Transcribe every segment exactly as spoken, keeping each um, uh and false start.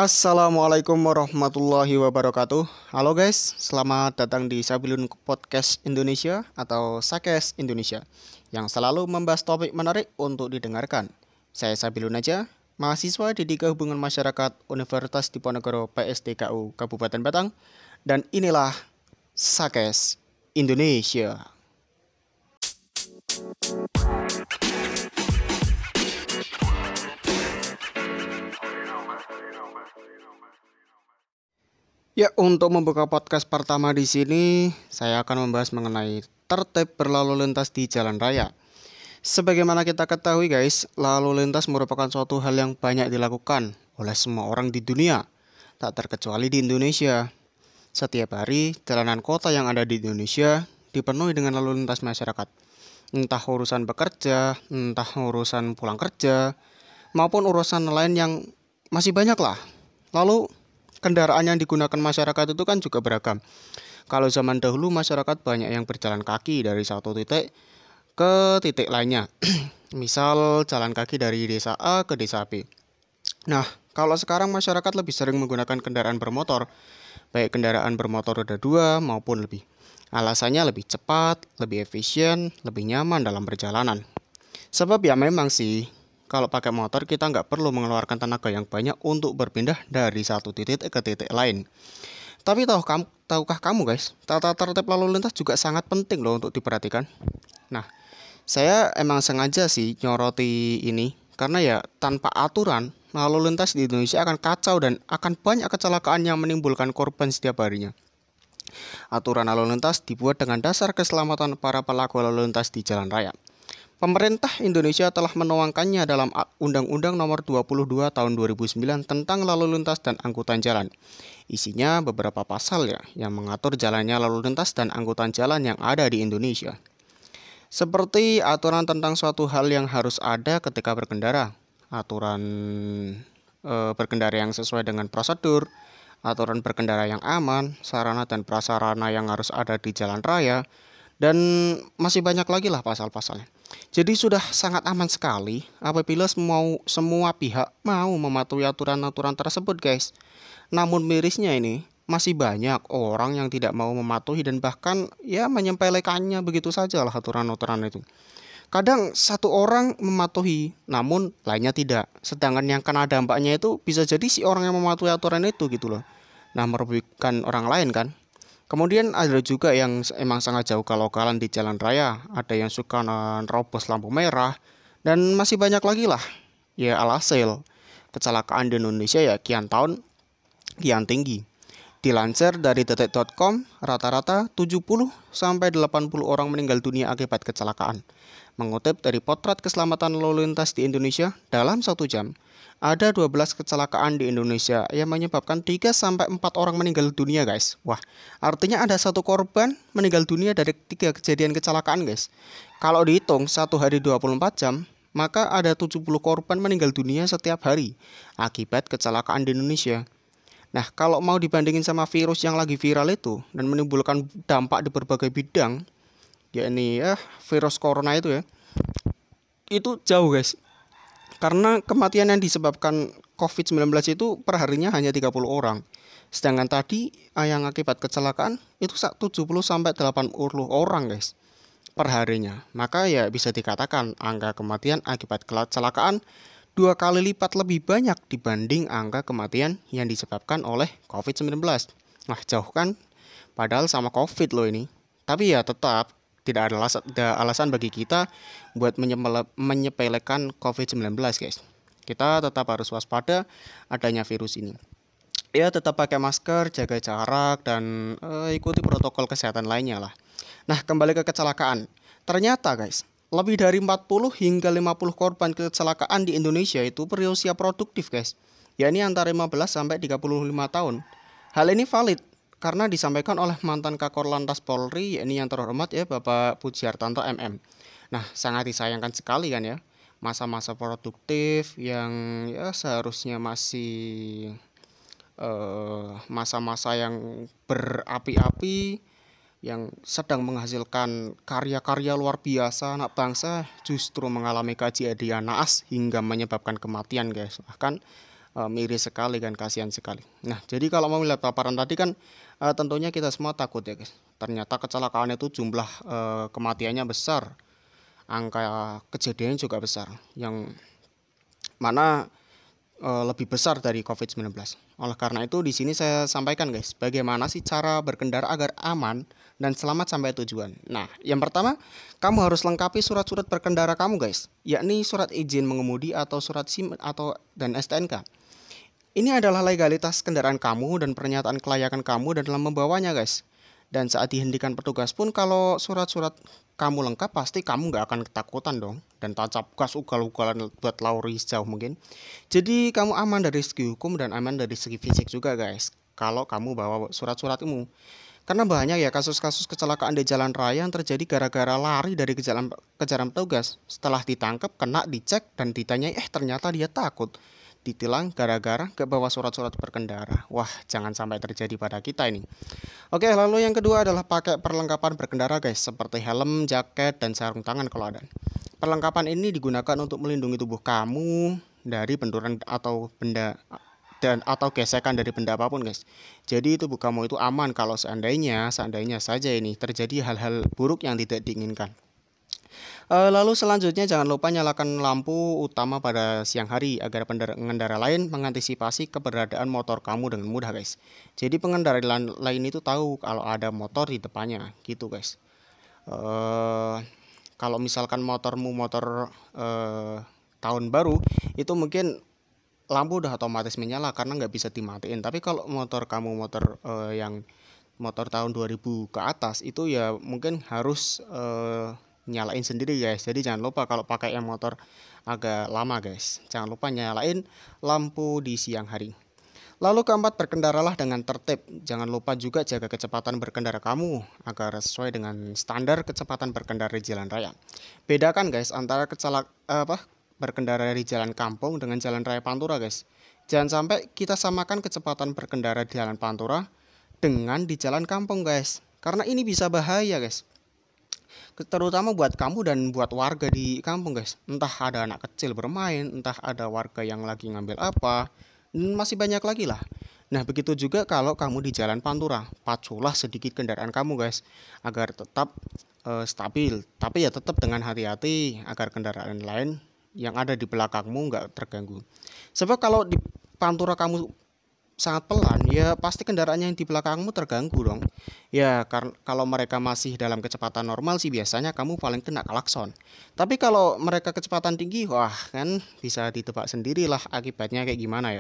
Assalamualaikum warahmatullahi wabarakatuh. Halo guys, selamat datang di Sabilun Podcast Indonesia atau Sakes Indonesia yang selalu membahas topik menarik untuk didengarkan. Saya Sabilun aja, mahasiswa Didik Hubungan Masyarakat Universitas Diponegoro P S D K U Kabupaten Batang, dan inilah Sakes Indonesia. Ya, untuk membuka podcast pertama di sini, saya akan membahas mengenai tertib berlalu lintas di jalan raya. Sebagaimana kita ketahui guys, lalu lintas merupakan suatu hal yang banyak dilakukan oleh semua orang di dunia, tak terkecuali di Indonesia. Setiap hari, jalanan kota yang ada di Indonesia dipenuhi dengan lalu lintas masyarakat. Entah urusan bekerja, entah urusan pulang kerja, maupun urusan lain yang masih banyak lah. Lalu, kendaraan yang digunakan masyarakat itu kan juga beragam. Kalau zaman dahulu masyarakat banyak yang berjalan kaki dari satu titik ke titik lainnya. Misal jalan kaki dari desa A ke desa B. Nah, kalau sekarang masyarakat lebih sering menggunakan kendaraan bermotor, baik kendaraan bermotor roda dua maupun lebih. Alasannya lebih cepat, lebih efisien, lebih nyaman dalam perjalanan. Sebab ya memang sih, kalau pakai motor kita nggak perlu mengeluarkan tenaga yang banyak untuk berpindah dari satu titik ke titik lain. Tapi tahu kamu, tahukah kamu guys, tata tertib lalu lintas juga sangat penting loh untuk diperhatikan. Nah, saya emang sengaja sih nyoroti ini karena ya tanpa aturan lalu lintas di Indonesia akan kacau dan akan banyak kecelakaan yang menimbulkan korban setiap harinya. Aturan lalu lintas dibuat dengan dasar keselamatan para pelaku lalu lintas di jalan raya. Pemerintah Indonesia telah menuangkannya dalam Undang-Undang Nomor dua puluh dua Tahun dua ribu sembilan tentang lalu lintas dan angkutan jalan. Isinya beberapa pasal ya yang mengatur jalannya lalu lintas dan angkutan jalan yang ada di Indonesia. Seperti aturan tentang suatu hal yang harus ada ketika berkendara, aturan e, berkendara yang sesuai dengan prosedur, aturan berkendara yang aman, sarana dan prasarana yang harus ada di jalan raya, dan masih banyak lagi lah pasal-pasalnya. Jadi sudah sangat aman sekali apabila semua, semua pihak mau mematuhi aturan-aturan tersebut guys. Namun mirisnya ini masih banyak orang yang tidak mau mematuhi dan bahkan ya menyepelekannya begitu saja lah aturan-aturan itu. Kadang satu orang mematuhi namun lainnya tidak. Sedangkan yang kena dampaknya itu bisa jadi si orang yang mematuhi aturan itu gitu loh. Nah, merugikan orang lain kan. Kemudian ada juga yang emang sangat jauh kalokalan di jalan raya, ada yang suka nerobos lampu merah, dan masih banyak lagi lah. Ya alhasil, kecelakaan di Indonesia ya kian tahun, kian tinggi. Dilansir dari detik titik com, rata-rata tujuh puluh sampai delapan puluh orang meninggal dunia akibat kecelakaan. Mengutip dari Potret Keselamatan Lalu Lintas di Indonesia, dalam satu jam, ada dua belas kecelakaan di Indonesia yang menyebabkan tiga sampai empat orang meninggal dunia guys. Wah, artinya ada satu korban meninggal dunia dari tiga kejadian kecelakaan guys. Kalau dihitung satu hari dua puluh empat jam, maka ada tujuh puluh korban meninggal dunia setiap hari akibat kecelakaan di Indonesia. Nah, kalau mau dibandingin sama virus yang lagi viral itu dan menimbulkan dampak di berbagai bidang, yakni ya virus corona itu ya, itu jauh guys. Karena kematian yang disebabkan covid sembilan belas itu perharinya hanya tiga puluh orang. Sedangkan tadi yang akibat kecelakaan itu tujuh puluh sampai delapan puluh orang guys perharinya. Maka ya bisa dikatakan angka kematian akibat kecelakaan dua kali lipat lebih banyak dibanding angka kematian yang disebabkan oleh covid sembilan belas. Nah, jauh kan? Padahal sama covid loh ini. Tapi ya tetap tidak ada alasan, ada alasan bagi kita buat menyepelekan covid sembilan belas guys. Kita tetap harus waspada adanya virus ini. Ya tetap pakai masker, jaga jarak, dan uh, ikuti protokol kesehatan lainnya lah. Nah, kembali ke kecelakaan. Ternyata guys, lebih dari empat puluh hingga lima puluh korban kecelakaan di Indonesia itu berusia produktif guys. Yakni antara lima belas sampai tiga puluh lima tahun. Hal ini valid karena disampaikan oleh mantan Kakor Lantas Polri, yakni yang terhormat ya Bapak Pujiartanto M M. Nah, sangat disayangkan sekali kan ya, masa-masa produktif yang ya seharusnya masih eh, masa-masa yang berapi-api, yang sedang menghasilkan karya-karya luar biasa anak bangsa justru mengalami kejadian naas hingga menyebabkan kematian guys. Bahkan uh, miris sekali kan, kasihan sekali. Nah, jadi kalau mau melihat paparan tadi kan uh, tentunya kita semua takut ya guys. Ternyata kecelakaan itu jumlah uh, kematiannya besar, angka kejadiannya juga besar, yang mana uh, lebih besar dari covid sembilan belas. Oleh karena itu di sini saya sampaikan guys, bagaimana sih cara berkendara agar aman dan selamat sampai tujuan. Nah, yang pertama, kamu harus lengkapi surat-surat berkendara kamu guys, yakni surat izin mengemudi atau surat SIM atau dan S T N K. Ini adalah legalitas kendaraan kamu dan pernyataan kelayakan kamu dan dalam membawanya guys. Dan saat dihentikan petugas pun kalau surat-surat kamu lengkap pasti kamu nggak akan ketakutan dong. Dan tancap gas ugal-ugalan buat lari sejauh mungkin. Jadi kamu aman dari segi hukum dan aman dari segi fisik juga guys. Kalau kamu bawa surat-suratmu. Karena banyak ya kasus-kasus kecelakaan di jalan raya yang terjadi gara-gara lari dari kejaran, kejaran petugas. Setelah ditangkap, kena, dicek, dan ditanya, eh ternyata dia takut. Ditilang gara-gara gak bawa surat-surat berkendara. Wah, jangan sampai terjadi pada kita ini. Oke, lalu yang kedua adalah pakai perlengkapan berkendara guys, seperti helm, jaket, dan sarung tangan kalau ada. Perlengkapan ini digunakan untuk melindungi tubuh kamu dari benturan atau benda dan atau gesekan dari benda apapun guys. Jadi tubuh kamu itu aman kalau seandainya seandainya saja ini terjadi hal-hal buruk yang tidak diinginkan. E, lalu selanjutnya jangan lupa nyalakan lampu utama pada siang hari agar pengendara lain mengantisipasi keberadaan motor kamu dengan mudah guys. Jadi pengendara lain itu tahu kalau ada motor di depannya gitu guys. E, kalau misalkan motormu motor e, tahun baru itu mungkin lampu udah otomatis menyala karena nggak bisa dimatiin. Tapi kalau motor kamu motor e, yang motor tahun dua ribu ke atas itu ya mungkin harus e, nyalain sendiri guys. Jadi jangan lupa kalau pakai yang motor agak lama guys, jangan lupa nyalain lampu di siang hari. Lalu keempat, berkendaralah dengan tertib. Jangan lupa juga jaga kecepatan berkendara kamu agar sesuai dengan standar kecepatan berkendara di jalan raya. Bedakan guys antara kecelak apa berkendara di jalan kampung dengan jalan raya pantura guys. Jangan sampai kita samakan kecepatan berkendara di jalan pantura dengan di jalan kampung guys, karena ini bisa bahaya guys, terutama buat kamu dan buat warga di kampung guys. Entah ada anak kecil bermain, entah ada warga yang lagi ngambil apa, dan masih banyak lagi lah. Nah begitu juga kalau kamu di jalan pantura, paculah sedikit kendaraan kamu guys agar tetap e, stabil, tapi ya tetap dengan hati-hati agar kendaraan lain yang ada di belakangmu nggak terganggu. Sebab kalau di pantura kamu sangat pelan, ya pasti kendaraannya yang di belakangmu terganggu dong. Ya karena kalau mereka masih dalam kecepatan normal sih biasanya kamu paling kena klakson. Tapi kalau mereka kecepatan tinggi, wah kan bisa ditebak sendirilah akibatnya kayak gimana ya.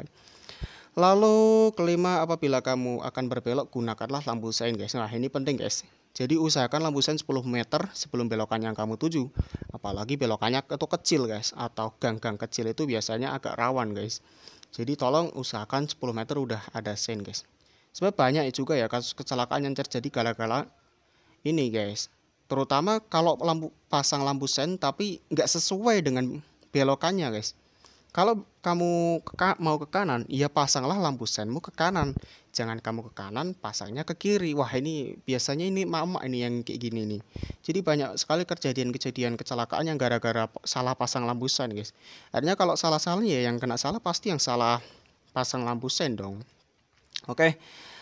Lalu kelima, apabila kamu akan berbelok gunakanlah lampu sein guys. Nah ini penting guys. Jadi usahakan lampu sein sepuluh meter sebelum belokan yang kamu tuju. Apalagi belokannya itu kecil guys, atau gang-gang kecil itu biasanya agak rawan guys. Jadi tolong usahakan sepuluh meter udah ada sein guys. Sebab banyak juga ya kasus kecelakaan yang terjadi gara-gara ini guys. Terutama kalau lampu pasang lampu sein tapi nggak sesuai dengan belokannya guys. Kalau kamu ke, mau ke kanan, ya pasanglah lampu seinmu ke kanan. Jangan kamu ke kanan, pasangnya ke kiri. Wah ini biasanya ini mama ini yang kayak gini nih. Jadi banyak sekali kejadian-kejadian kecelakaan yang gara-gara salah pasang lampu sein guys. Artinya kalau salah-salah ya yang kena salah pasti yang salah pasang lampu sein dong. Oke,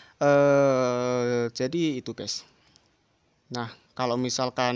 eh, jadi itu guys. Nah kalau misalkan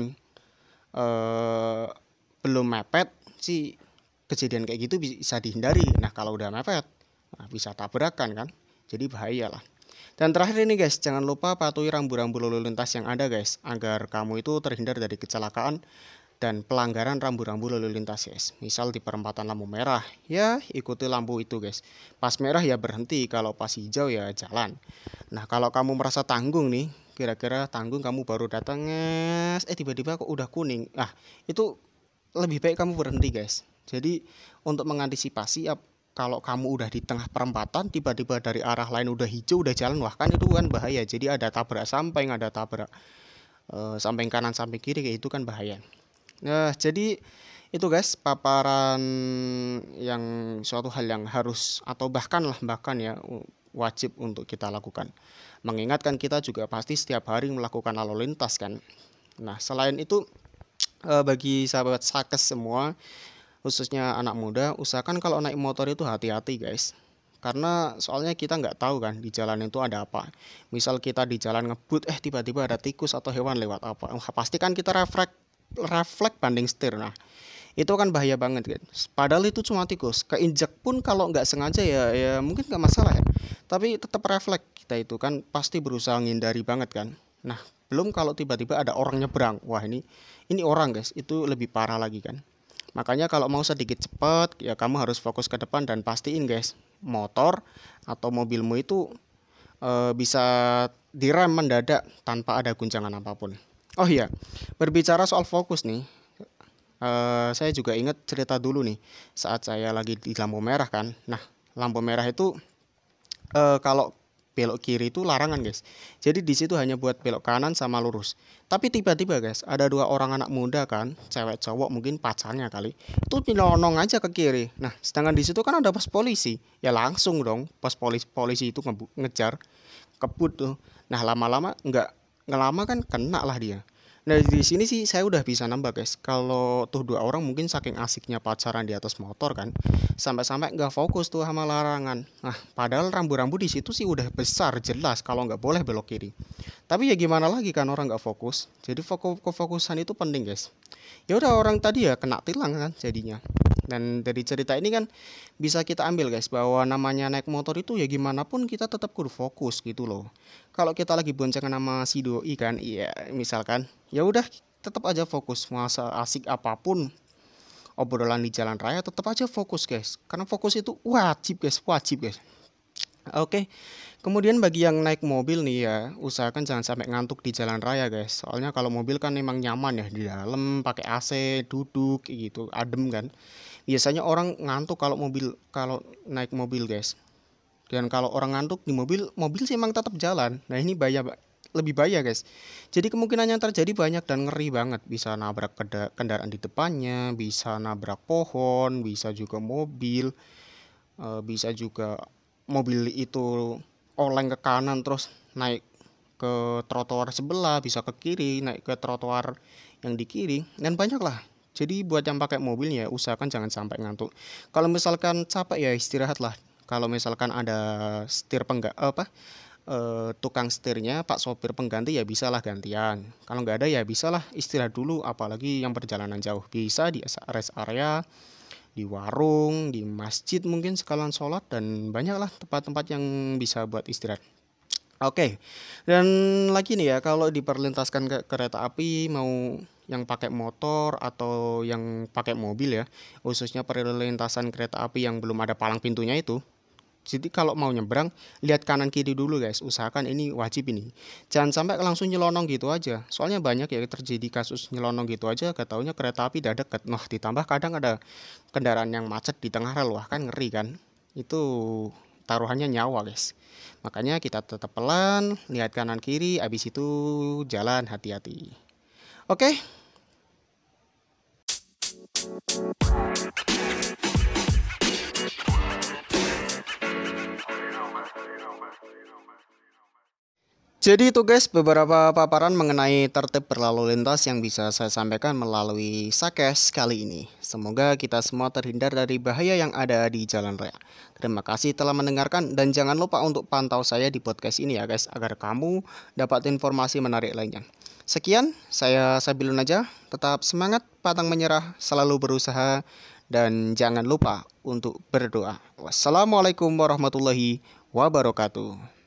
eh, belum mepet sih kejadian kayak gitu bisa dihindari. Nah kalau udah mepet, nah bisa tabrakan kan, jadi bahaya lah. Dan terakhir ini guys, jangan lupa patuhi rambu-rambu lalu lintas yang ada guys, agar kamu itu terhindar dari kecelakaan dan pelanggaran rambu-rambu lalu lintas guys. Misal di perempatan lampu merah, ya ikuti lampu itu guys. Pas merah ya berhenti, kalau pas hijau ya jalan. Nah kalau kamu merasa tanggung nih, kira-kira tanggung kamu baru datang, eh tiba-tiba kok udah kuning, ah itu lebih baik kamu berhenti guys. Jadi untuk mengantisipasi kalau kamu udah di tengah perempatan tiba-tiba dari arah lain udah hijau udah jalan, wah kan itu kan bahaya. Jadi ada tabrak samping, ada tabrak e, samping kanan samping kiri, kayak itu kan bahaya. Nah jadi itu guys paparan yang suatu hal yang harus atau bahkan lah bahkan ya wajib untuk kita lakukan. Mengingatkan kita juga pasti setiap hari melakukan lalu lintas kan. Nah selain itu e, bagi sahabat sakes semua, khususnya anak muda, usahakan kalau naik motor itu hati-hati guys. Karena soalnya kita nggak tahu kan di jalan itu ada apa. Misal kita di jalan ngebut, eh tiba-tiba ada tikus atau hewan lewat apa. Wah, pasti kan kita refleks refleks banding setir. Nah, itu kan bahaya banget kan. Padahal itu cuma tikus. Keinjak pun kalau nggak sengaja ya, ya mungkin nggak masalah ya. Tapi tetap refleks kita itu kan pasti berusaha ngindari banget kan. Nah, belum kalau tiba-tiba ada orang nyebrang. Wah ini ini orang guys, itu lebih parah lagi kan. Makanya kalau mau sedikit cepat, ya kamu harus fokus ke depan dan pastiin guys, motor atau mobilmu itu e, bisa direm mendadak tanpa ada guncangan apapun. Oh iya, berbicara soal fokus nih, e, saya juga ingat cerita dulu nih, saat saya lagi di lampu merah kan. Nah, lampu merah itu e, kalau belok kiri itu larangan guys. Jadi di situ hanya buat belok kanan sama lurus. Tapi tiba-tiba guys, ada dua orang anak muda kan, cewek cowok mungkin pacarnya kali, itu nyelonong aja ke kiri. Nah, sedangkan di situ kan ada pos polisi. Ya langsung dong pos polisi polisi itu ngebu- ngejar, kebut tuh. Nah, lama-lama nggak ngelama kan kena lah dia. Nah, di sini sih saya udah bisa nambah guys. Kalau tuh dua orang mungkin saking asiknya pacaran di atas motor kan, sampai-sampai nggak fokus tuh sama larangan. Nah, padahal rambu-rambu di situ sih udah besar jelas kalau nggak boleh belok kiri. Tapi ya gimana lagi kan orang nggak fokus. Jadi fokus kefokusan itu penting guys. Ya udah orang tadi ya kena tilang kan jadinya. Dan dari cerita ini kan bisa kita ambil guys bahwa namanya naik motor itu ya gimana pun kita tetap kudu fokus gitu loh. Kalau kita lagi boncengan sama si doi kan, iya misalkan, ya udah tetap aja fokus masa asik apapun obrolan di jalan raya tetap aja fokus guys. Karena fokus itu wajib guys, wajib guys. Oke, kemudian bagi yang naik mobil nih ya, usahakan jangan sampai ngantuk di jalan raya guys. Soalnya kalau mobil kan memang nyaman ya di dalam, pakai A C, duduk gitu, adem kan. Biasanya orang ngantuk kalau mobil kalau naik mobil guys. Dan kalau orang ngantuk di mobil, mobil sih emang tetap jalan. Nah ini bahaya, lebih bahaya guys. Jadi kemungkinan yang terjadi banyak dan ngeri banget. Bisa nabrak kendaraan di depannya, bisa nabrak pohon, bisa juga mobil, eh, bisa juga mobil itu oleng ke kanan terus naik ke trotoar sebelah, bisa ke kiri, naik ke trotoar yang di kiri, dan banyak lah. Jadi buat yang pakai mobilnya usahakan jangan sampai ngantuk. Kalau misalkan capek ya istirahat lah. Kalau misalkan ada setir pengga apa eh, tukang setirnya, Pak sopir pengganti ya bisalah gantian. Kalau nggak ada ya bisalah istirahat dulu, apalagi yang perjalanan jauh. Bisa di rest area, di warung, di masjid mungkin sekalian sholat, dan banyaklah tempat-tempat yang bisa buat istirahat. Oke, dan lagi nih ya, kalau diperlintaskan ke kereta api mau yang pakai motor atau yang pakai mobil ya, khususnya perlintasan kereta api yang belum ada palang pintunya itu. Jadi kalau mau nyebrang, lihat kanan kiri dulu guys, usahakan ini wajib ini. Jangan sampai langsung nyelonong gitu aja. Soalnya banyak ya terjadi kasus nyelonong gitu aja, gak taunya kereta api udah deket. Nah, ditambah kadang ada kendaraan yang macet di tengah rel, wah kan ngeri kan. Itu taruhannya nyawa guys. Makanya kita tetap pelan, lihat kanan kiri, abis itu jalan hati-hati. Oke. Jadi itu guys beberapa paparan mengenai tertib berlalu lintas yang bisa saya sampaikan melalui Sakes kali ini. Semoga kita semua terhindar dari bahaya yang ada di jalan raya. Terima kasih telah mendengarkan dan jangan lupa untuk pantau saya di podcast ini ya guys, agar kamu dapat informasi menarik lainnya. Sekian, saya Sabilun aja. Tetap semangat, pantang menyerah, selalu berusaha, dan jangan lupa untuk berdoa. Wassalamualaikum warahmatullahi wabarakatuh.